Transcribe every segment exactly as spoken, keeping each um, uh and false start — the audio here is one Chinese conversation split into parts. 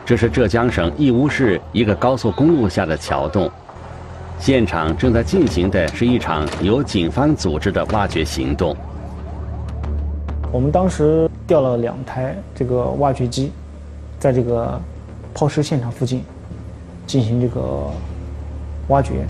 这是浙江省义乌市一个高速公路下的桥洞，现场正在进行的是一场由警方组织的挖掘行动。 我们当时调了两台这个挖掘机，在这个抛尸现场附近进行这个挖掘。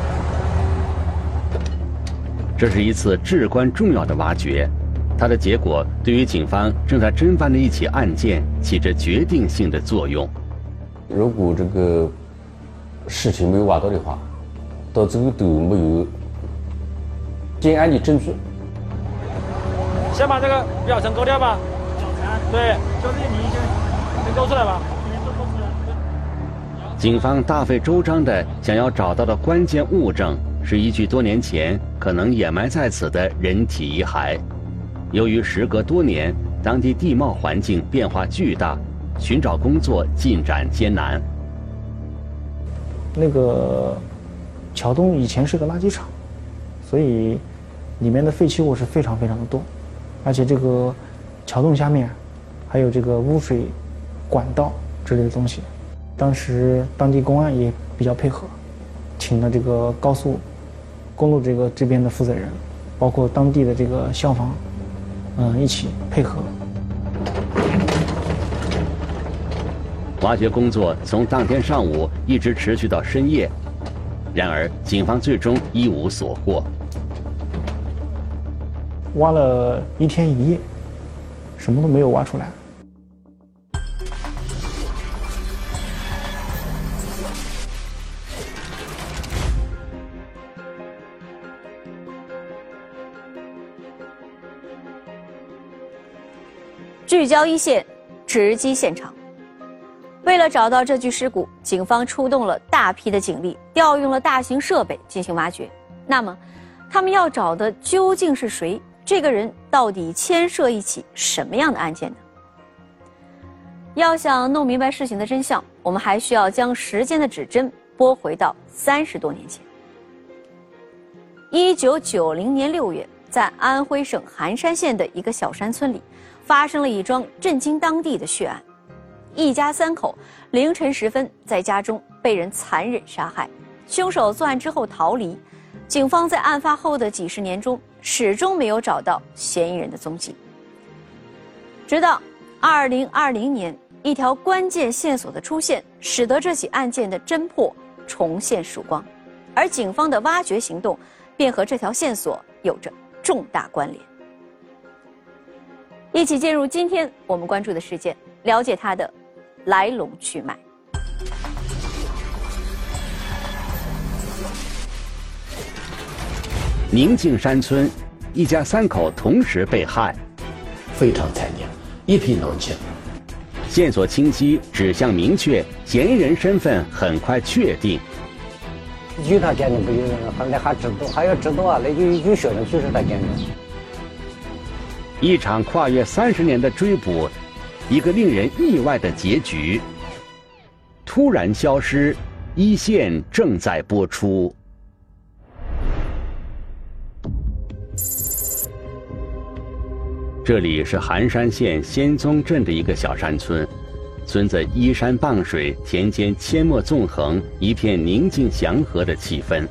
这是一次至关重要的挖掘，它的结果对于警方正在侦办的一起案件起着决定性的作用。 如果这个事情没有挖到的话，到最后都没有建案的证据。 先把这个表层勾掉吧。对，就这你已经能勾出来吧？ 警方大费周章的想要找到的关键物证是一具多年前可能掩埋在此的人体遗骸。由于时隔多年，当地地貌环境变化巨大，寻找工作进展艰难。 那个桥洞以前是个垃圾场，所以里面的废弃物是非常非常的多，而且这个桥洞下面还有这个污水管道之类的东西。当时当地公安也比较配合，请了这个高速公路这个这边的负责人，包括当地的这个消防，嗯，一起配合。 挖掘工作从当天上午一直持续到深夜，然而警方最终一无所获。 挖了一天一夜，什么都没有挖出来。 聚焦一线，直击现场。为了找到这具尸骨，警方出动了大批的警力，调用了大型设备进行挖掘。那么，他们要找的究竟是谁？这个人到底牵涉一起什么样的案件呢？要想弄明白事情的真相，我们还需要将时间的指针拨回到三十多年前。一九九零年六月，在安徽省含山县的一个小山村里，发生了一桩震惊当地的血案。一家三口凌晨时分在家中被人残忍杀害，凶手作案之后逃离。警方在案发后的几十年中始终没有找到嫌疑人的踪迹。直到二零二零年，一条关键线索的出现，使得这起案件的侦破重现曙光，而警方的挖掘行动便和这条线索有着重大关联。一起进入今天我们关注的事件，了解它的来龙去脉。 宁静山村，一家三口同时被害， 非常惨烈，一片狼藉。 线索清晰，指向明确，嫌疑人身份很快确定。 有他干的不有人，后来还知道，还要知道啊，那有有些人就是他干的。 一场跨越三十年的追捕，一个令人意外的结局。突然消失，一线正在播出。这里是含山县仙踪镇的一个小山村，村子依山傍水，田间阡陌纵横，一片宁静祥和的气氛。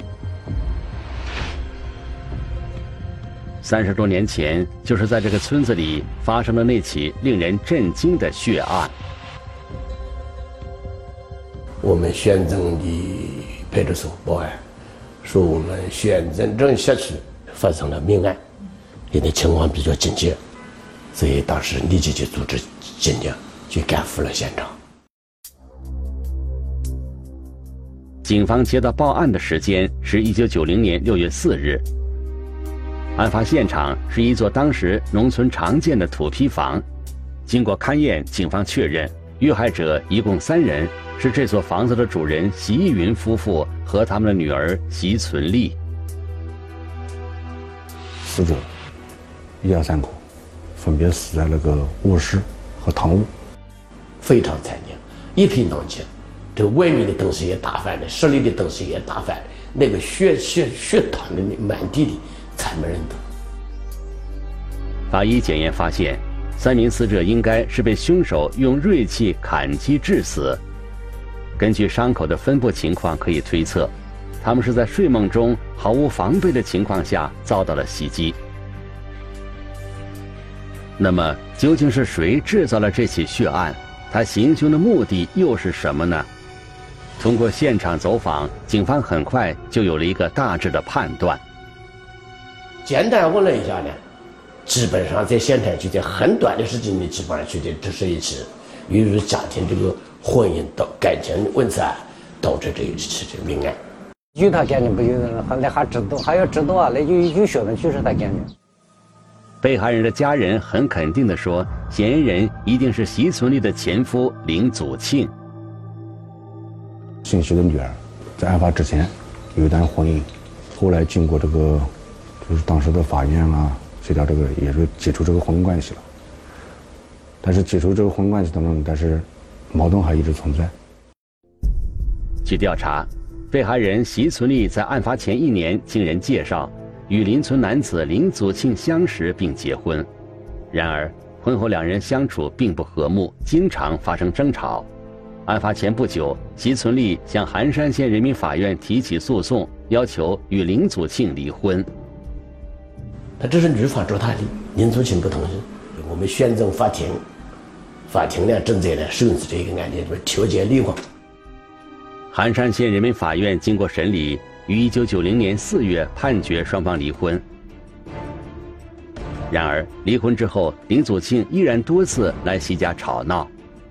三十多年前，就是在这个村子里发生了那起令人震惊的血案。 我们宣政的派出所报案，说我们宣政镇辖区发生了命案，因为情况比较紧急，所以当时立即就组织警力去赶赴了现场。 警方接到报案的时间是一九九零年六月四日。案发现场是一座当时农村常见的土坯房，经过勘验，警方确认遇害者一共三人，是这所房子的主人席义云夫妇和他们的女儿席存丽。 死者一家三口分别死在那个卧室和堂屋， 非常惨烈，一片狼藉。这外面的东西也打翻了，室里的东西也打翻了，那个血血血淌的满地里，惨不忍睹。 法医检验发现， 三名死者应该是被凶手用锐器砍击致死。根据伤口的分布情况可以推测，他们是在睡梦中毫无防备的情况下遭到了袭击。那么，究竟是谁制造了这起血案？他行凶的目的又是什么呢？通过现场走访，警方很快就有了一个大致的判断。 简单问了一下呢，基本上在现场就在很短的时间内，基本上确定这是一起由于家庭这个婚姻到感情问题啊，导致这一起这命案。 有他干的不有人，还那还知道，还要知道啊，那有有学问就是他干的。 被害人的家人很肯定地说，嫌疑人一定是席存立的前夫林祖庆。 姓席的女儿在案发之前有一段婚姻，后来经过这个就是当时的法院啊协调，这个也是解除这个婚姻关系了。但是解除这个婚姻关系当中，但是矛盾还一直存在。 据调查，被害人席存立在案发前一年经人介绍与邻村男子林祖庆相识并结婚，然而婚后两人相处并不和睦，经常发生争吵。案发前不久，席存立向含山县人民法院提起诉讼，要求与林祖庆离婚。 他这是女方找他离，林祖庆不同意。我们宣证法庭，法庭呢正在呢审理这个案件，就是调解离婚。 含山县人民法院经过审理，于一九九零年四月判决双方离婚。然而，离婚之后，林祖庆依然多次来席家吵闹。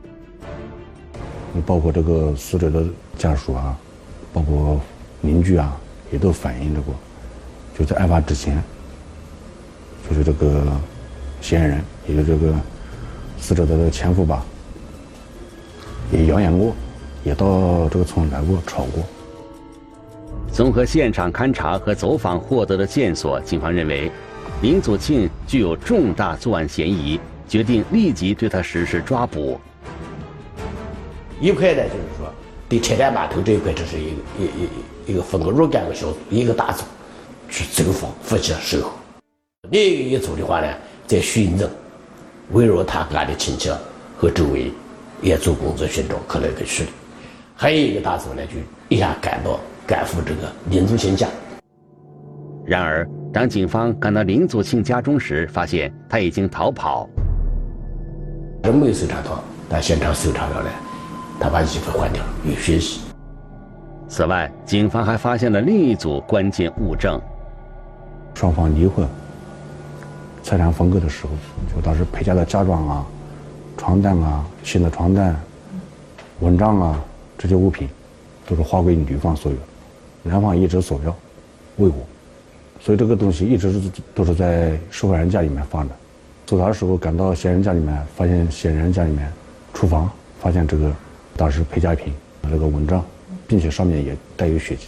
包括这个死者的家属啊，包括邻居啊，也都反映着过，就在案发之前，就是这个嫌疑人，也就这个死者的前夫吧，也扬言过，也到这个村来过，吵过。 综合现场勘查和走访获得的线索，警方认为林祖庆具有重大作案嫌疑，决定立即对他实施抓捕。 一块呢，就是说对拆弹码头这一块，这是一个一一一个分个若干个小组，一个大组去走访、伏击、守候。另一组的话呢，在寻证，围绕他家的亲戚和周围也做工作寻找，可能一个处理。还有一个大组呢，就一下赶到赶赴这个林祖庆家。 然而，当警方赶到林祖庆家中时，发现他已经逃跑。 人没有搜查到，但现场搜查到了，他把衣服换掉，有血迹。 此外，警方还发现了另一组关键物证。 双方离婚、财产分割的时候，就当时陪嫁的嫁妆啊、床单啊、新的床单、蚊帐啊这些物品，都是划归女方所有，男方一直索要未果，所以这个东西一直是都是在受害人家里面放的。搜查的时候赶到嫌疑人家里面，发现嫌疑人家里面厨房发现这个当时陪嫁品这个蚊帐，并且上面也带有血迹。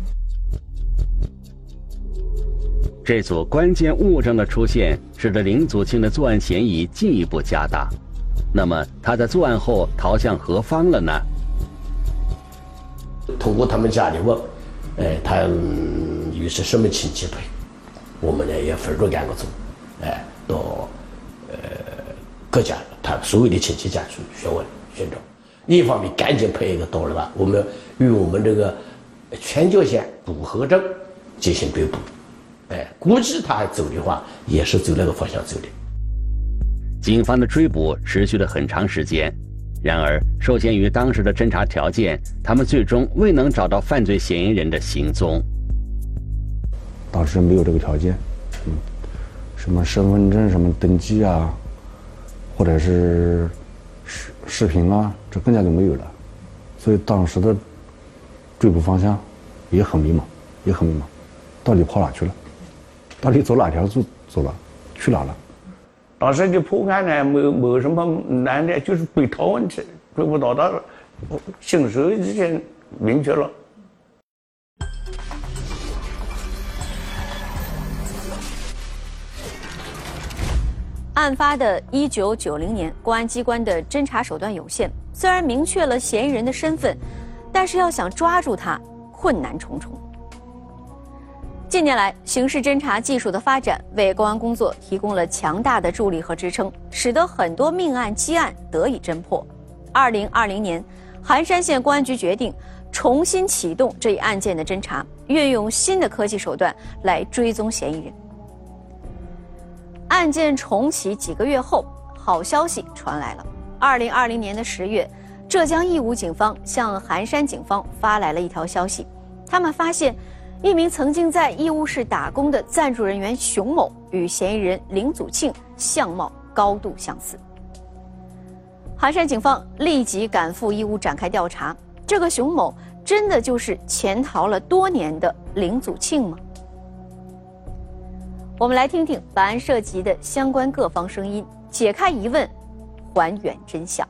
这组关键物证的出现，使得林祖庆的作案嫌疑进一步加大。那么他在作案后逃向何方了呢？ 通过他们家里问，哎，他、嗯、有些什么亲戚陪，我们呢也分若干个组，哎，到呃各家他所有的亲戚家去询问寻找。另一方面，赶紧派一个到了吧，我们与我们这个全椒县古河镇进行追捕。哎，估计他走的话，也是走那个方向走的。 警方的追捕持续了很长时间，然而受限于当时的侦查条件，他们最终未能找到犯罪嫌疑人的行踪。 当时没有这个条件，嗯，什么身份证、什么登记啊，或者是视视频啊，这更加就没有了。所以当时的追捕方向也很迷茫，也很迷茫，到底跑哪去了？到底走哪条路走了？去哪了？ 当时的破案呢，没有没有什么难的，就是追逃问题，追不到他，凶手已经明确了。 案发的一九九零年，公安机关的侦查手段有限，虽然明确了嫌疑人的身份，但是要想抓住他，困难重重。 近年来，刑事侦查技术的发展为公安工作提供了强大的助力和支撑，使得很多命案积案得以侦破。二零二零年，含山县公安局决定重新启动这一案件的侦查，运用新的科技手段来追踪嫌疑人。案件重启几个月后，好消息传来了。二零二零年的十月，浙江义乌警方向含山警方发来了一条消息，他们发现一名曾经在义乌市打工的暂住人员熊某与嫌疑人林祖庆相貌高度相似。含山警方立即赶赴义乌展开调查，这个熊某真的就是潜逃了多年的林祖庆吗？我们来听听本案涉及的相关各方声音，解开疑问，还原真相。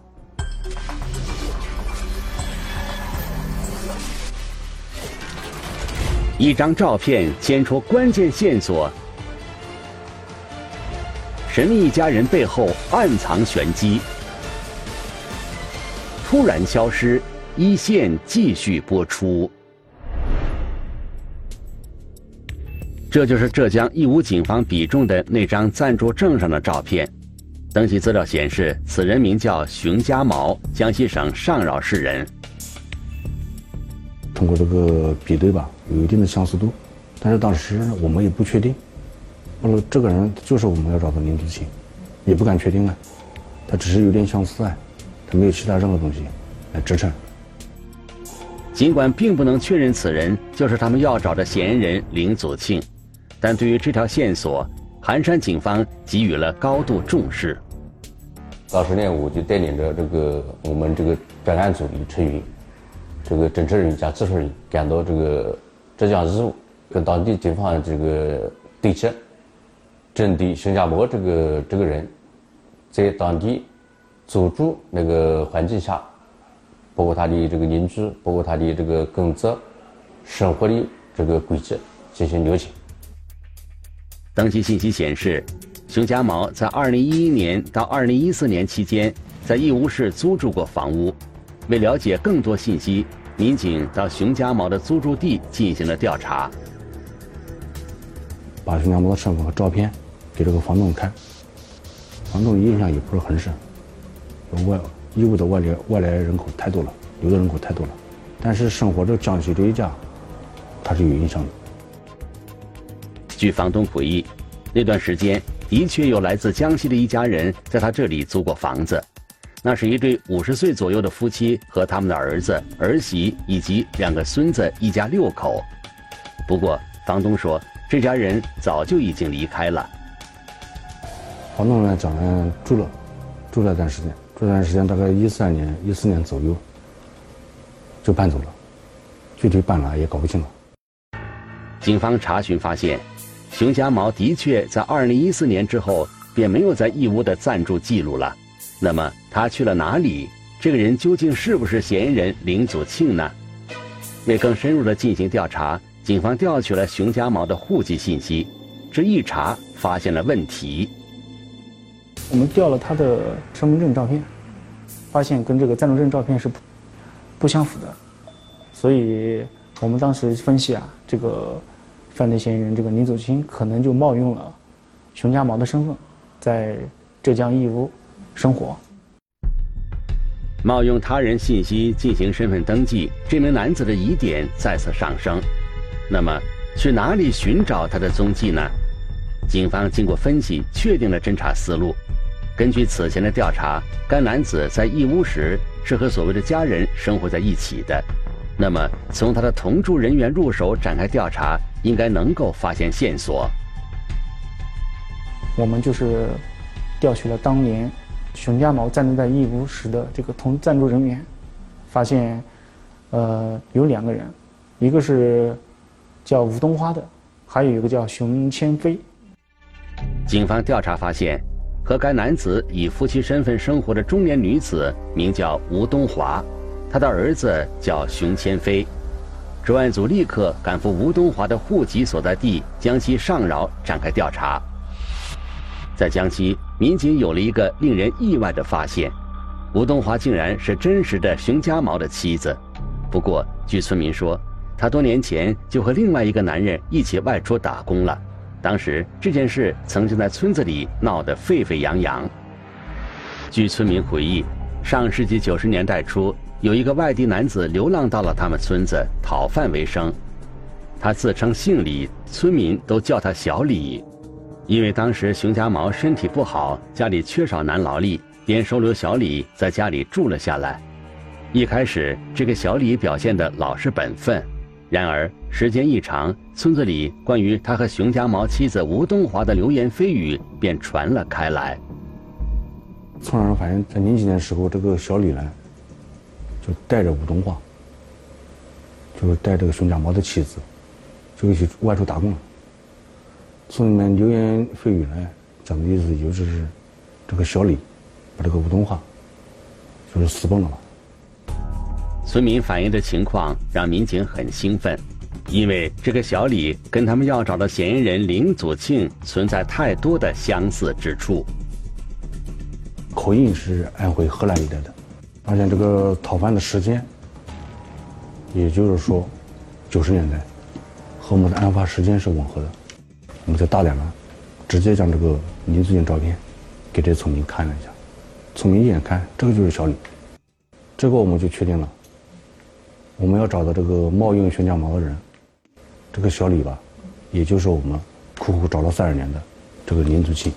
一张照片牵出关键线索，神秘一家人背后暗藏玄机。突然消失，一线继续播出。这就是浙江义乌警方比中的那张暂住证上的照片。登记资料显示，此人名叫熊家毛，江西省上饶市人。 通过这个比对吧，有一定的相似度，但是当时我们也不确定，完了这个人就是我们要找的林祖庆，也不敢确定啊，他只是有点相似啊，他没有其他任何东西来支撑。 尽管并不能确认此人就是他们要找的嫌疑人林祖庆，但对于这条线索，含山警方给予了高度重视。 当时呢，我就带领着这个我们这个专案组李成云，这个侦查人员加技术人员赶到这个浙江义乌，跟当地警方这个对接，针对熊家毛这个这个人，在当地租住那个环境下，包括他的这个邻居，包括他的这个工作、生活的这个轨迹进行了解。 登记信息显示，熊家毛在二零一一年到二零一四年期间，在义乌市租住过房屋。为了解更多信息，民警到熊家毛的租住地进行了调查， 把熊家毛的身份和照片给这个房东看，房东印象也不是很深，外义乌的外来外来人口太多了，流动人口太多了，但是生活这江西这一家，他是有印象的。 据房东回忆，那段时间的确有来自江西的一家人在他这里租过房子。那是一对五十岁左右的夫妻和他们的儿子、儿媳以及两个孙子，一家六口。不过，房东说这家人早就已经离开了。 房东呢，讲呢住了，住了一段时间，这段时间大概一三年、一四年左右就搬走了，具体搬哪也搞不清了。 警方查询发现，熊家毛的确在二零一四年之后便没有在义乌的暂住记录了。那么他去了哪里？这个人究竟是不是嫌疑人林祖庆呢？为更深入的进行调查，警方调取了熊家毛的户籍信息，这一查发现了问题。 我们调了他的身份证照片，发现跟这个暂住证照片是不不相符的，所以我们当时分析啊，这个犯罪嫌疑人这个林祖庆可能就冒用了熊家毛的身份，在浙江义乌生活。 冒用他人信息进行身份登记，这名男子的疑点再次上升。那么，去哪里寻找他的踪迹呢？警方经过分析，确定了侦查思路。根据此前的调查，该男子在义乌时是和所谓的家人生活在一起的。那么，从他的同住人员入手展开调查，应该能够发现线索。 我们就是调取了当年熊家毛暂住在义乌时的这个同暂住人员，发现，呃，有两个人，一个是叫吴冬花的，还有一个叫熊千飞。 警方调查发现，和该男子以夫妻身份生活的中年女子名叫吴冬华，她的儿子叫熊千飞。专案组立刻赶赴吴冬华的户籍所在地江西上饶展开调查。在江西，民警有了一个令人意外的发现，吴冬华竟然是真实的熊家毛的妻子。不过，据村民说， 他多年前就和另外一个男人一起外出打工了。当时这件事曾经在村子里闹得沸沸扬扬。据村民回忆，上世纪九十年代初，有一个外地男子流浪到了他们村子，讨饭为生。他自称姓李，村民都叫他小李。因为当时熊家毛身体不好，家里缺少男劳力，便收留小李在家里住了下来。一开始，这个小李表现得老实本分。然而时间一长，村子里关于他和熊家毛妻子吴东华的流言蜚语便传了开来。 村上人发现，在零几年时候，这个小李呢，就带着吴东华，就是带这个熊家毛的妻子，就一起外出打工了。村里面流言蜚语呢，讲的意思就是这个小李把这个吴东华就是私奔了嘛。 村民反映的情况让民警很兴奋，因为这个小李跟他们要找的嫌疑人林祖庆存在太多的相似之处。 口音是安徽河南一带的，而且这个讨饭的时间，也就是说九十年代和我们的案发时间是吻合的。我们在大连呢，直接将这个林祖庆照片给这村民看了一下，村民一眼看，这个就是小李，这个我们就确定了，我们要找到这个冒用熊家毛的人，这个小李吧，也就是我们苦苦找了三十年的这个林祖庆。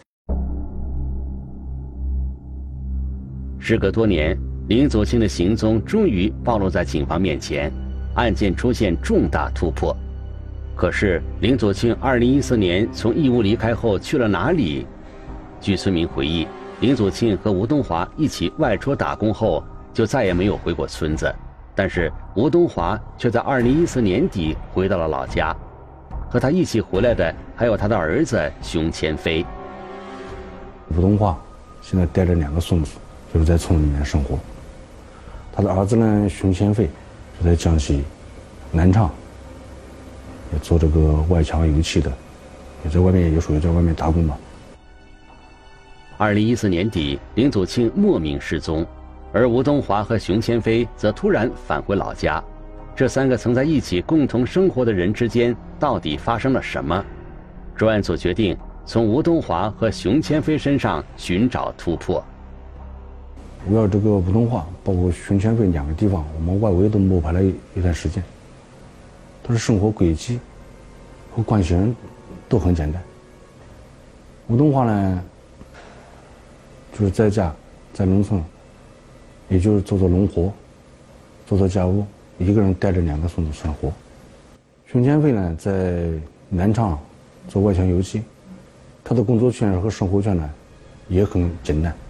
时隔多年，林祖庆的行踪终于暴露在警方面前，案件出现重大突破。可是林祖庆二零一四年从义乌离开后去了哪里？据村民回忆，林祖庆和吴东华一起外出打工后，就再也没有回过村子。但是吴东华却在二零一四年底回到了老家，和他一起回来的还有他的儿子熊千飞。 吴东华现在带着两个孙子，就是在村里面生活。他的儿子呢，熊千飞是在江西南昌，也做这个外墙油漆的，也在外面也属于在外面打工吧。 二零一四年底，林祖庆莫名失踪，而吴东华和熊千飞则突然返回老家。这三个曾在一起共同生活的人之间，到底发生了什么？专案组决定从吴东华和熊千飞身上寻找突破。 围绕这个吴东华，包括熊千飞两个地方，我们外围都摸排了一一段时间。他的生活轨迹和关系人都很简单。吴东华呢，就是在家，在农村，也就是做做农活，做做家务，一个人带着两个孙子生活。熊千飞呢，在南昌做外墙油漆，他的工作圈和生活圈呢，也很简单。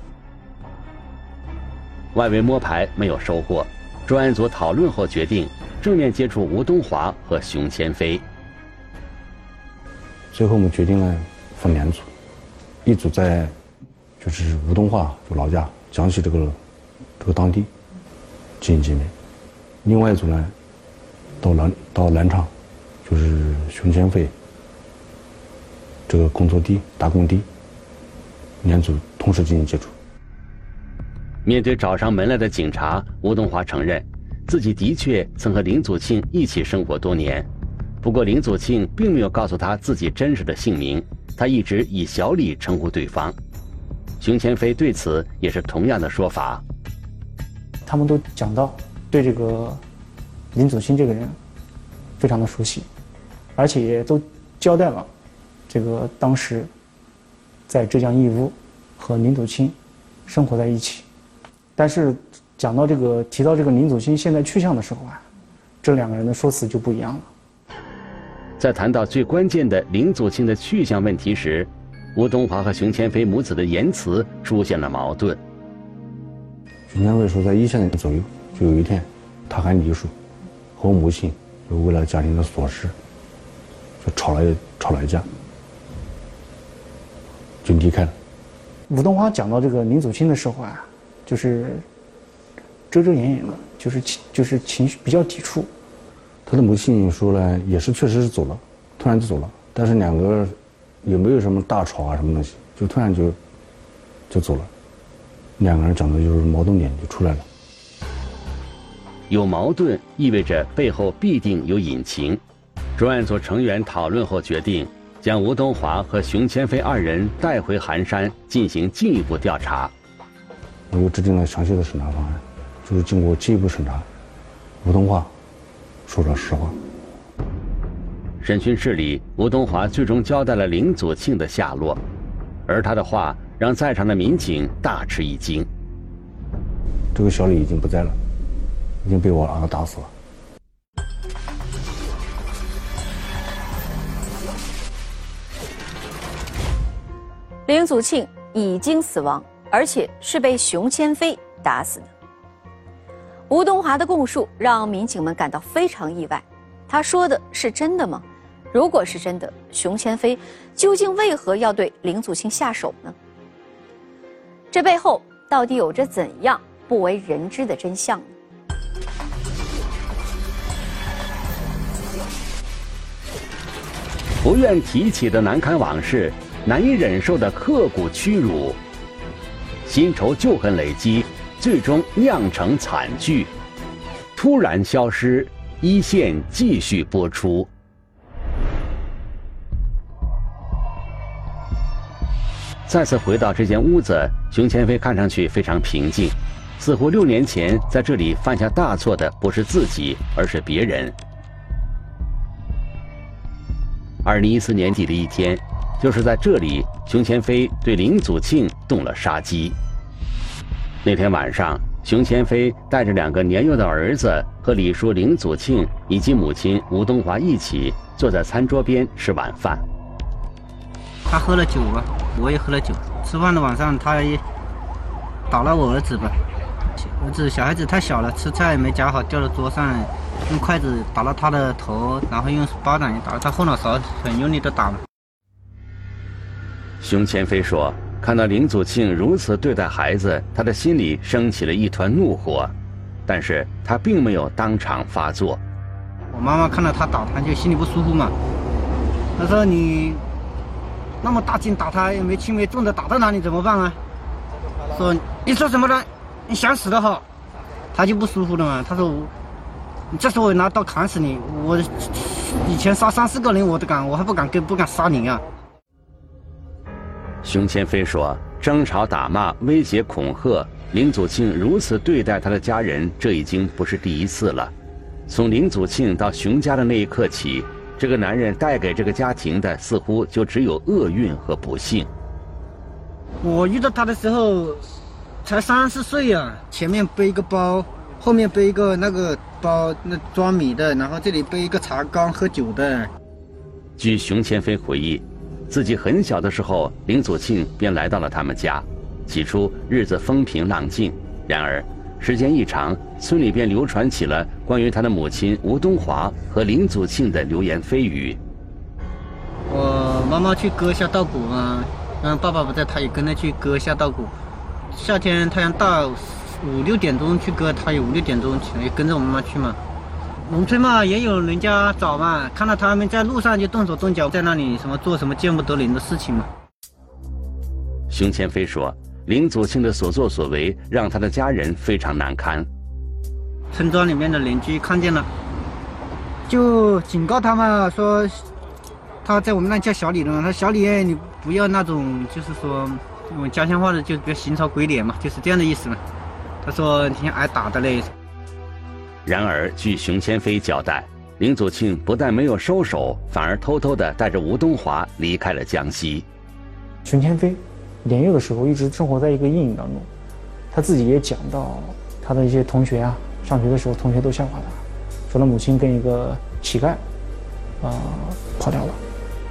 外围摸排没有收获，专案组讨论后决定正面接触吴东华和熊千飞。 最后我们决定呢，分两组，一组在就是吴东华就老家江西这个这个当地进行见面，另外一组呢到南到南昌，就是熊千飞这个工作地打工地，两组同时进行接触。 面对找上门来的警察，吴东华承认自己的确曾和林祖庆一起生活多年，不过林祖庆并没有告诉他自己真实的姓名，他一直以小李称呼对方。熊千飞对此也是同样的说法。 他们都讲到对这个林祖庆这个人非常的熟悉，而且也都交代了这个当时在浙江义乌和林祖庆生活在一起。但是讲到这个提到这个林祖庆现在去向的时候啊，这两个人的说辞就不一样了。 在谈到最关键的林祖庆的去向问题时，吴东华和熊千飞母子的言辞出现了矛盾。 熊千飞说，在一千年左右，就有一天，他和李叔和我母亲就为了家庭的琐事，就吵了吵了一架，就离开了。 吴东华讲到这个林祖庆的时候啊，就是遮遮掩掩的，就是情就是情绪比较抵触。 他的母亲说呢，也是确实是走了，突然就走了，但是两个也没有什么大吵啊什么东西，就突然就就走了。两个人讲的就是矛盾点就出来了。 有矛盾意味着背后必定有隐情。专案组成员讨论后决定，将吴东华和熊千飞二人带回寒山进行进一步调查。 我又制定了详细的审查方案，就是经过进一步审查，吴东华说了实话。 审讯室里，吴东华最终交代了林祖庆的下落，而他的话让在场的民警大吃一惊。 这个小李已经不在了，已经被我儿子打死了。 林祖庆已经死亡，而且是被熊千飞打死的。吴东华的供述让民警们感到非常意外。他说的是真的吗？如果是真的，熊千飞究竟为何要对林祖庆下手呢？这背后到底有着怎样不为人知的真相呢？ 不愿提起的难堪往事，难以忍受的刻骨屈辱，新仇旧恨累积，最终酿成惨剧。突然消失，一线继续播出。再次回到这间屋子，熊千飞看上去非常平静，似乎六年前在这里犯下大错的不是自己，而是别人。二零一四年底的一天，就是在这里，熊千飞对林祖庆动了杀机。那天晚上，熊千飞带着两个年幼的儿子和李叔林祖庆以及母亲吴东华一起坐在餐桌边吃晚饭。 他喝了酒吧，我也喝了酒。吃饭的晚上，他也打了我儿子吧。儿子小孩子太小了，吃菜没夹好掉到桌上，用筷子打了他的头，然后用巴掌也打了他后脑勺，很用力的打了。 熊千飞说，看到林祖庆如此对待孩子，他的心里升起了一团怒火，但是他并没有当场发作。 我妈妈看到他打他，就心里不舒服嘛。她说你那么大劲打他，也没轻没重的打到哪里怎么办啊？说你说什么呢？你想死的好，他就不舒服了嘛。他说我，你这时候我拿刀砍死你，我以前杀三四个人我都敢，我还不敢跟不敢杀你啊。 熊千飞说，争吵打骂威胁恐吓，林祖庆如此对待他的家人，这已经不是第一次了。从林祖庆到熊家的那一刻起，这个男人带给这个家庭的似乎就只有厄运和不幸。 我遇到他的时候才三四岁呀，前面背一个包，后面背一个那个包，那装米的，然后这里背一个茶缸喝酒的。 据熊千飞回忆，自己很小的时候，林祖庆便来到了他们家。起初日子风平浪静，然而时间一长，村里便流传起了关于他的母亲吴东华和林祖庆的流言蜚语。 我妈妈去割下稻谷嘛，嗯，爸爸不在，他也跟着去割下稻谷。夏天太阳大，五六点钟去割，他也五六点钟起来，也跟着我妈妈去嘛。农村嘛，也有人家找嘛，看到他们在路上就动手动脚，在那里什么做什么见不得人的事情嘛。 熊千飞说，林祖庆的所作所为让他的家人非常难堪。 村庄里面的邻居看见了，就警告他们说，他在我们那叫小李的嘛，他小李你不要那种就是说我们家乡话的就比较行操鬼脸嘛，就是这样的意思嘛。他说挺挨打的嘞。 然而据熊千飞交代，林祖庆不但没有收手，反而偷偷地带着吴东华离开了江西。 熊千飞年幼的时候一直生活在一个阴影当中，他自己也讲到他的一些同学啊，上学的时候同学都笑话他，说他母亲跟一个乞丐啊、呃、跑掉了。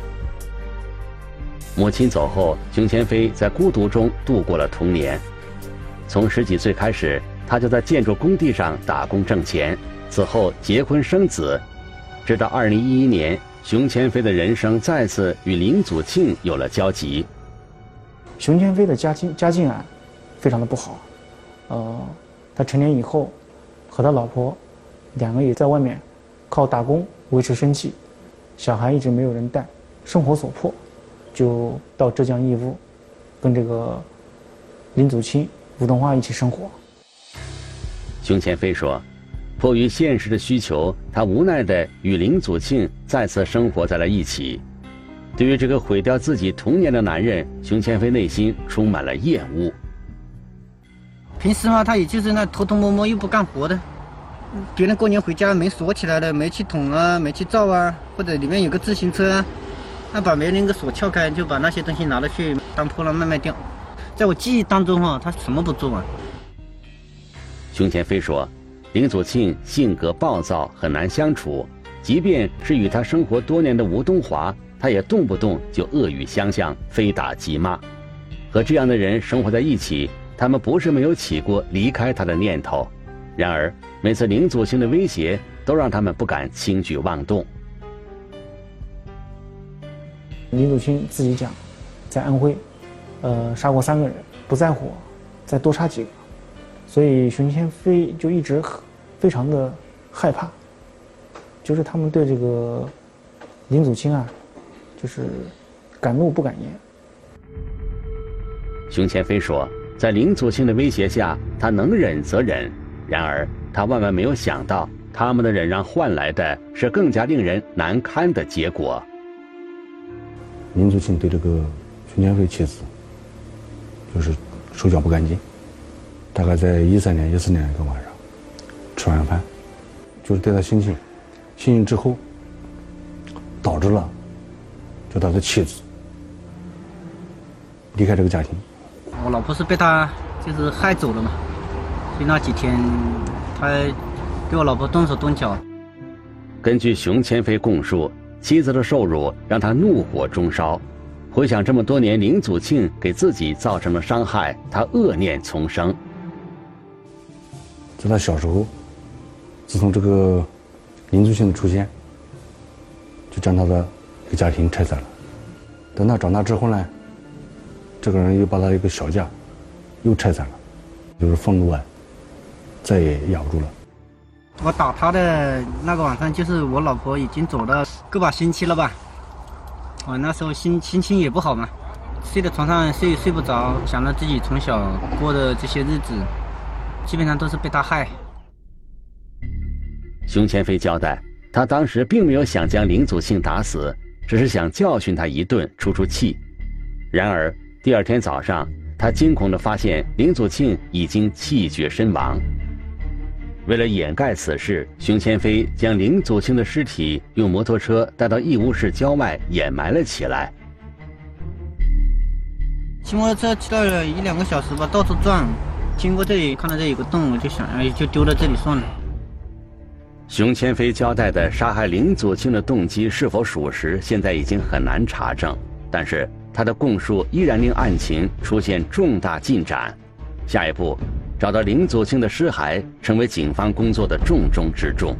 母亲走后，熊千飞在孤独中度过了童年。从十几岁开始，他就在建筑工地上打工挣钱，此后结婚生子，直到二零一一年，熊千飞的人生再次与林祖庆有了交集。 熊千飞的家境家境啊，非常的不好，呃，他成年以后，和他老婆，两个也在外面，靠打工维持生计，小孩一直没有人带，生活所迫，就到浙江义乌，跟这个林祖庆、吴东华一起生活。 熊千飞说， 迫于现实的需求，他无奈地与林祖庆再次生活在了一起。对于这个毁掉自己童年的男人，熊千飞内心充满了厌恶。 平时嘛，他也就是那偷偷摸摸又不干活的，别人过年回家没锁起来的煤气桶啊、煤气灶啊，或者里面有个自行车啊，那把别人那个锁撬开，就把那些东西拿了去当破烂卖卖掉。在我记忆当中哈，他什么不做啊？ 熊千飞说，林祖庆性格暴躁，很难相处，即便是与他生活多年的吴东华，他也动不动就恶语相向，非打即骂。和这样的人生活在一起，他们不是没有起过离开他的念头，然而每次林祖庆的威胁都让他们不敢轻举妄动。 林祖庆自己讲，在安徽，呃，杀过三个人，不在乎再多杀几个，所以熊千飞就一直非常的害怕，就是他们对这个林祖庆啊，就是敢怒不敢言。 熊千飞说，在林祖庆的威胁下，他能忍则忍，然而他万万没有想到，他们的忍让换来的是更加令人难堪的结果。 林祖庆对这个熊千飞妻子就是手脚不干净，大概在一三年、一四年一个晚上，吃完饭，就是对他性侵，性侵之后，导致了就他的妻子离开这个家庭。 我老婆是被他就是害走了嘛，所以那几天他对我老婆动手动脚。 根据熊千飞供述，妻子的受辱让他怒火中烧，回想这么多年林祖庆给自己造成的伤害，他恶念丛生。 在他小时候，自从这个林祖庆的出现，就将他的一个家庭拆散了。等他长大之后呢，这个人又把他一个小家又拆散了，就是愤怒啊，再也压不住了。 我打他的那个晚上，就是我老婆已经走了个把星期了吧。我那时候心心情也不好嘛，睡在床上睡睡不着，想到自己从小过的这些日子，基本上都是被他害。 熊千飞交代，他当时并没有想将林祖庆打死，只是想教训他一顿出出气。然而第二天早上，他惊恐地发现林祖庆已经气绝身亡。为了掩盖此事，熊千飞将林祖庆的尸体用摩托车带到义乌市郊外掩埋了起来。 骑摩托车骑到了一两个小时吧，到处转，经过这里看到这有个洞，我就想哎，就丢到这里算了。 熊千飞交代的杀害林祖庆的动机是否属实，现在已经很难查证，但是他的供述依然令案情出现重大进展。下一步，找到林祖庆的尸骸成为警方工作的重中之重。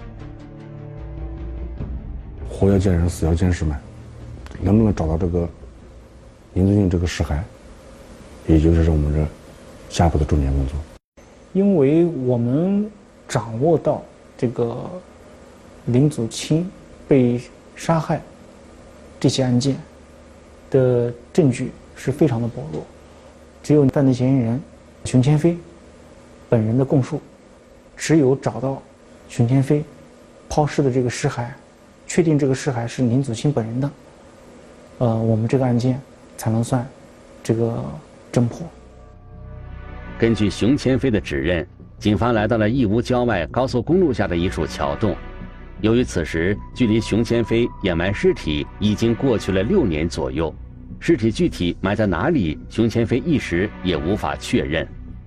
活要见人，死要见尸嘛，能不能找到这个林祖庆这个尸骸，也就是我们这下一步的重点工作。 因为我们掌握到这个林祖庆被杀害这起案件的证据是非常的薄弱，只有犯罪嫌疑人熊千飞本人的供述，只有找到熊千飞抛尸的这个尸骸，确定这个尸骸是林祖庆本人的，呃，我们这个案件才能算这个侦破。 根据熊千飞的指认，警方来到了义乌郊外高速公路下的一处桥洞。由于此时距离熊千飞掩埋尸体已经过去了六年左右，尸体具体埋在哪里，熊千飞一时也无法确认。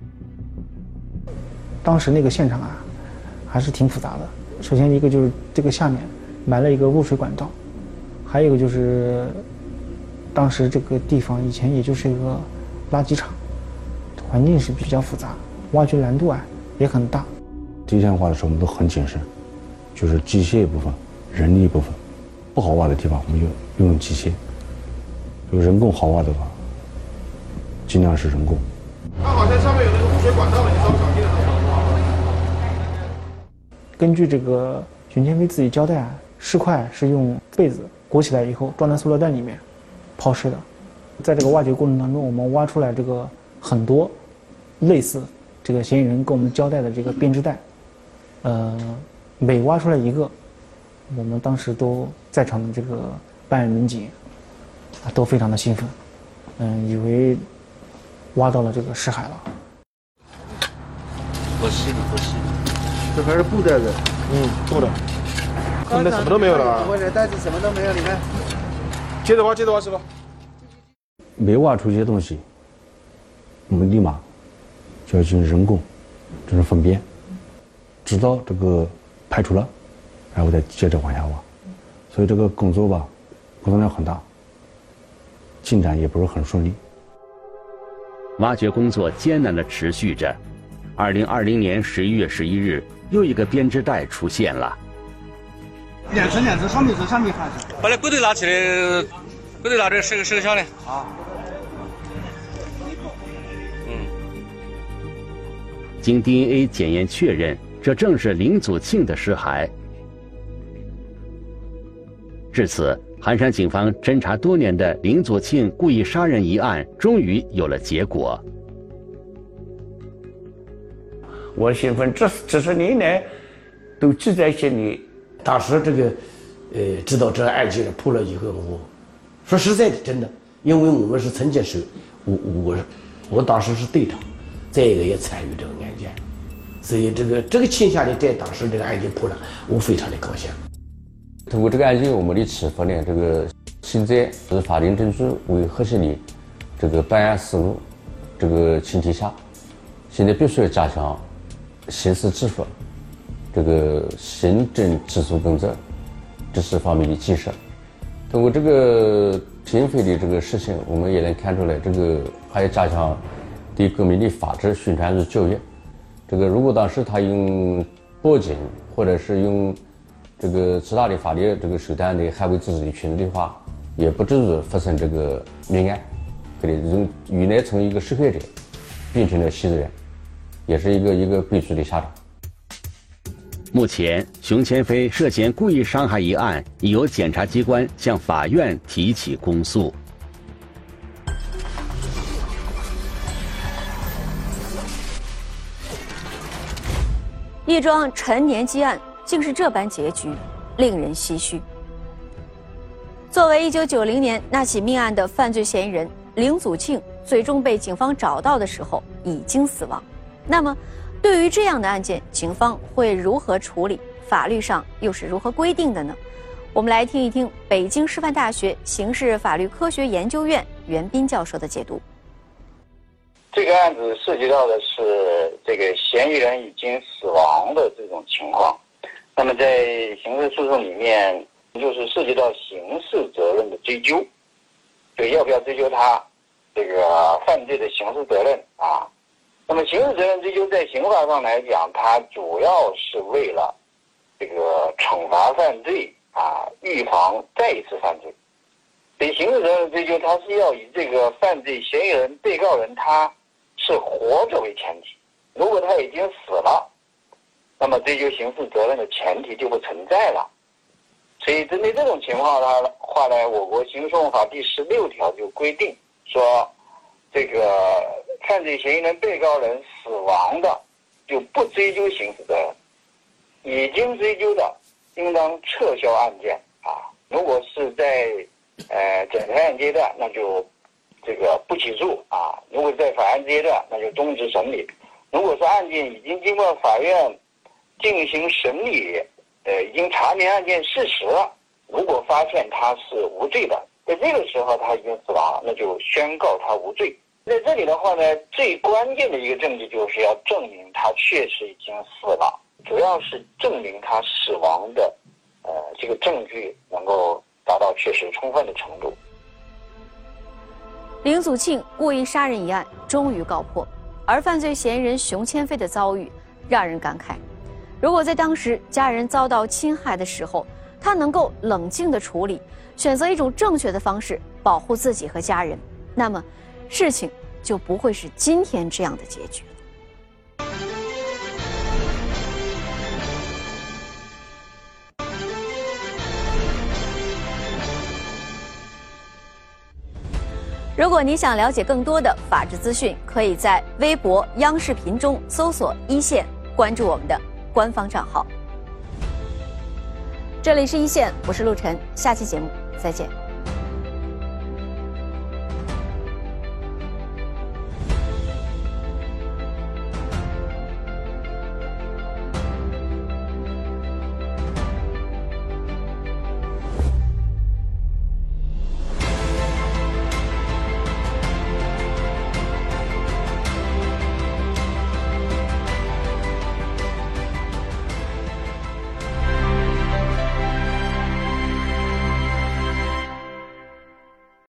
当时那个现场啊，还是挺复杂的。首先一个就是这个下面埋了一个污水管道，还有一个就是当时这个地方以前也就是一个垃圾场，环境是比较复杂，挖掘难度啊也很大。 地下挖的时候我们都很谨慎，就是机械一部分、人力一部分，不好挖的地方我们就用机械。有人工好挖的话，尽量是人工。 它好像上面有那个污水管道了，你稍微小心点。 根据这个熊千飞自己交代啊，尸块是用被子裹起来以后装在塑料袋里面抛尸的。在这个挖掘过程当中，我们挖出来这个很多类似这个嫌疑人跟我们交代的这个编织袋， 呃，每挖出来一个，我们当时都在场的这个办案民警啊都非常的兴奋，嗯，以为挖到了这个尸骸了。 多细的多细， 这还是布袋子，嗯，布的，后面什么都没有了啊！ 我这袋子什么都没有，你看。 接着挖，接着挖，师傅。 每挖出一些东西，我们立马就要进行人工这种分辨，直到这个排除了，然后再接着往下挖。所以这个工作吧，工作量很大，进展也不是很顺利。 挖掘工作艰难地持续着。二零二零年十一月十一日，又一个编织袋出现了。 两层两层，上面层上面还是。 把那柜头拿起来，柜头拿着收收下来。 好。 嗯。 经 D N A 检验确认，这正是林祖庆的尸骸。至此，寒山警方侦查多年的林祖庆故意杀人一案终于有了结果。 我兴奋，这这十年来都记在心里。 当时这个，呃，知道这个案件破了以后，我说实在的，真的，因为我们是曾经是，我我我当时是队长，再一个也参与这个案件，所以这个这个倾向的在当时这个案件破了，我非常的高兴。 通过这个案件，我们的启发呢，这个现在是法定证据为核心的这个办案思路这个前提下，现在必须要加强刑事执法、这个行政起诉工作这些方面的建设。通过这个警匪的这个事情，我们也能看出来，这个还要加强对国民的法治宣传与教育。这个如果当时他用报警或者是用这个其他的法律这个手段来捍卫自己的权利的话，也不至于发生这个命案，可能从原来从一个受害者变成了嫌疑人，也是一个一个悲剧的下场。 目前，熊千飞涉嫌故意伤害一案已由检察机关向法院提起公诉。 一桩陈年积案竟是这般结局，令人唏嘘。作为一九九零年那起命案的犯罪嫌疑人林祖庆，最终被警方找到的时候已经死亡。那么，对于这样的案件，警方会如何处理？法律上又是如何规定的呢？我们来听一听北京师范大学刑事法律科学研究院袁斌教授的解读。 这个案子涉及到的是这个嫌疑人已经死亡的这种情况，那么在刑事诉讼里面，就是涉及到刑事责任的追究，就要不要追究他这个犯罪的刑事责任啊？那么刑事责任追究在刑法上来讲，它主要是为了这个惩罚犯罪啊，预防再一次犯罪。所以刑事责任追究，它是要以这个犯罪嫌疑人、被告人他是活着为前提。如果他已经死了，那么追究刑事责任的前提就不存在了。所以针对这种情况的话呢，我国刑事诉讼法第十六条就规定说，这个犯罪嫌疑人、被告人死亡的，就不追究刑事责任；已经追究的，应当撤销案件啊。如果是在呃检察院阶段，那就这个不起诉啊；如果在法院阶段，那就终止审理。如果说案件已经经过法院进行审理，呃，已经查明案件事实了，如果发现他是无罪的，在这个时候他已经死亡了，那就宣告他无罪。在这里的话呢，最关键的一个证据就是要证明他确实已经死了，主要是证明他死亡的，呃，这个证据能够达到确实充分的程度。 林祖庆故意杀人一案终于告破，而犯罪嫌疑人熊千飞的遭遇让人感慨。如果在当时家人遭到侵害的时候，他能够冷静地处理，选择一种正确的方式保护自己和家人，那么事情就不会是今天这样的结局。如果你想了解更多的法治资讯，可以在微博、央视频中搜索一线，关注我们的官方账号。这里是一线，我是陆晨，下期节目再见。